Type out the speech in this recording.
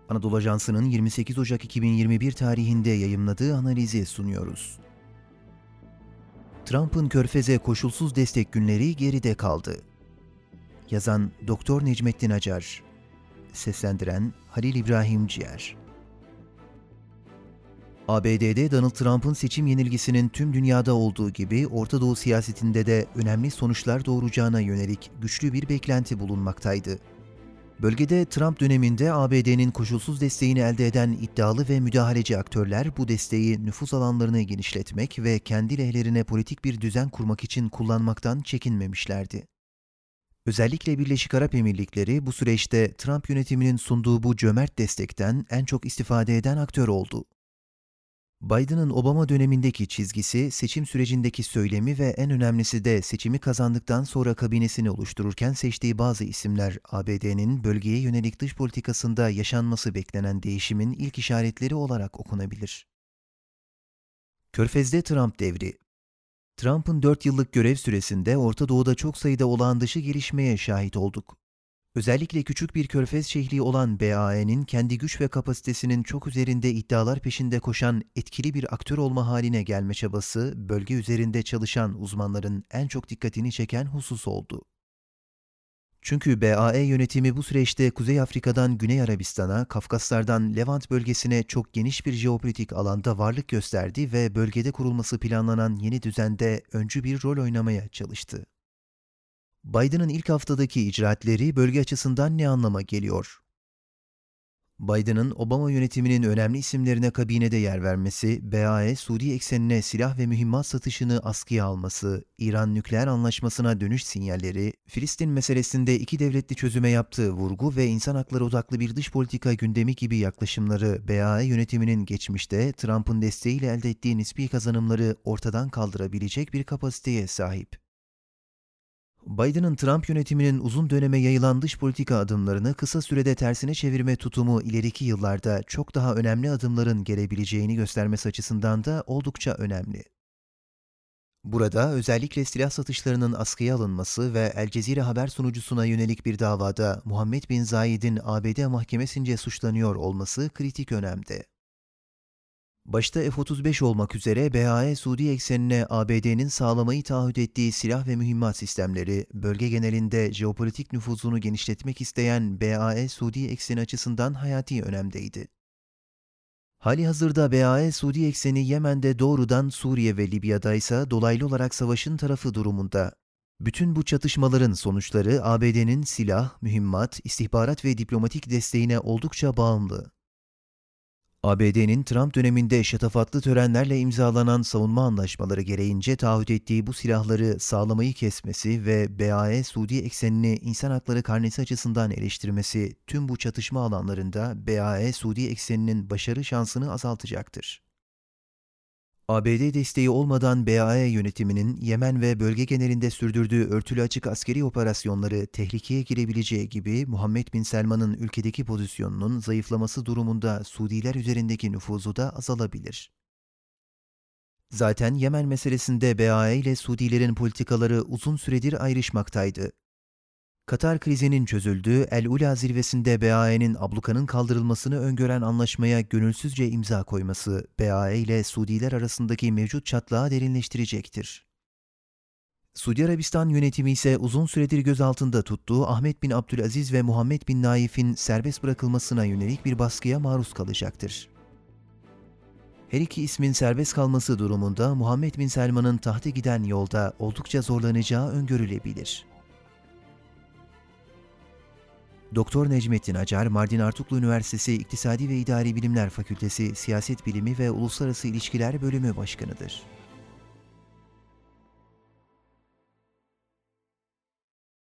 Anadolu Ajansı'nın 28 Ocak 2021 tarihinde yayımladığı analizi sunuyoruz. Trump'ın Körfez'e koşulsuz destek günleri geride kaldı. Yazan Doktor Necmettin Acar, seslendiren Halil İbrahim Ciğer. ABD'de Donald Trump'ın seçim yenilgisinin tüm dünyada olduğu gibi Orta Doğu siyasetinde de önemli sonuçlar doğuracağına yönelik güçlü bir beklenti bulunmaktaydı. Bölgede Trump döneminde ABD'nin koşulsuz desteğini elde eden iddialı ve müdahaleci aktörler bu desteği nüfuz alanlarını genişletmek ve kendi lehlerine politik bir düzen kurmak için kullanmaktan çekinmemişlerdi. Özellikle Birleşik Arap Emirlikleri bu süreçte Trump yönetiminin sunduğu bu cömert destekten en çok istifade eden aktör oldu. Biden'ın Obama dönemindeki çizgisi, seçim sürecindeki söylemi ve en önemlisi de seçimi kazandıktan sonra kabinesini oluştururken seçtiği bazı isimler, ABD'nin bölgeye yönelik dış politikasında yaşanması beklenen değişimin ilk işaretleri olarak okunabilir. Körfez'de Trump devri. Trump'ın 4 yıllık görev süresinde Orta Doğu'da çok sayıda olağan dışı gelişmeye şahit olduk. Özellikle küçük bir körfez şehri olan BAE'nin kendi güç ve kapasitesinin çok üzerinde iddialar peşinde koşan etkili bir aktör olma haline gelme çabası, bölge üzerinde çalışan uzmanların en çok dikkatini çeken husus oldu. Çünkü BAE yönetimi bu süreçte Kuzey Afrika'dan Güney Arabistan'a, Kafkaslardan Levant bölgesine çok geniş bir jeopolitik alanda varlık gösterdi ve bölgede kurulması planlanan yeni düzende öncü bir rol oynamaya çalıştı. Biden'ın ilk haftadaki icraatleri bölge açısından ne anlama geliyor? Biden'ın Obama yönetiminin önemli isimlerine kabinede yer vermesi, BAE, Suudi eksenine silah ve mühimmat satışını askıya alması, İran nükleer anlaşmasına dönüş sinyalleri, Filistin meselesinde iki devletli çözüme yaptığı vurgu ve insan hakları odaklı bir dış politika gündemi gibi yaklaşımları BAE yönetiminin geçmişte Trump'ın desteğiyle elde ettiği nispi kazanımları ortadan kaldırabilecek bir kapasiteye sahip. Biden'ın Trump yönetiminin uzun döneme yayılan dış politika adımlarını kısa sürede tersine çevirme tutumu ileriki yıllarda çok daha önemli adımların gelebileceğini göstermesi açısından da oldukça önemli. Burada özellikle silah satışlarının askıya alınması ve El Cezire haber sunucusuna yönelik bir davada Muhammed bin Zayed'in ABD mahkemesince suçlanıyor olması kritik önemde. Başta F-35 olmak üzere BAE Suudi eksenine ABD'nin sağlamayı taahhüt ettiği silah ve mühimmat sistemleri, bölge genelinde jeopolitik nüfuzunu genişletmek isteyen BAE Suudi ekseni açısından hayati önemdeydi. Halihazırda BAE Suudi ekseni Yemen'de doğrudan, Suriye ve Libya'da ise dolaylı olarak savaşın tarafı durumunda. Bütün bu çatışmaların sonuçları ABD'nin silah, mühimmat, istihbarat ve diplomatik desteğine oldukça bağımlı. ABD'nin Trump döneminde şatafatlı törenlerle imzalanan savunma anlaşmaları gereğince taahhüt ettiği bu silahları sağlamayı kesmesi ve BAE Suudi eksenini insan hakları karnesi açısından eleştirmesi tüm bu çatışma alanlarında BAE Suudi ekseninin başarı şansını azaltacaktır. ABD desteği olmadan BAE yönetiminin Yemen ve bölge genelinde sürdürdüğü örtülü açık askeri operasyonları tehlikeye girebileceği gibi Muhammed bin Selman'ın ülkedeki pozisyonunun zayıflaması durumunda Suudiler üzerindeki nüfuzu da azalabilir. Zaten Yemen meselesinde BAE ile Suudilerin politikaları uzun süredir ayrışmaktaydı. Katar krizinin çözüldüğü El-Ula zirvesinde BAE'nin ablukanın kaldırılmasını öngören anlaşmaya gönülsüzce imza koyması, BAE ile Suudiler arasındaki mevcut çatlağı derinleştirecektir. Suudi Arabistan yönetimi ise uzun süredir gözaltında tuttuğu Ahmet bin Abdülaziz ve Muhammed bin Naif'in serbest bırakılmasına yönelik bir baskıya maruz kalacaktır. Her iki ismin serbest kalması durumunda Muhammed bin Selman'ın tahta giden yolda oldukça zorlanacağı öngörülebilir. Doktor Necmettin Acar, Mardin Artuklu Üniversitesi İktisadi ve İdari Bilimler Fakültesi Siyaset Bilimi ve Uluslararası İlişkiler Bölümü Başkanıdır.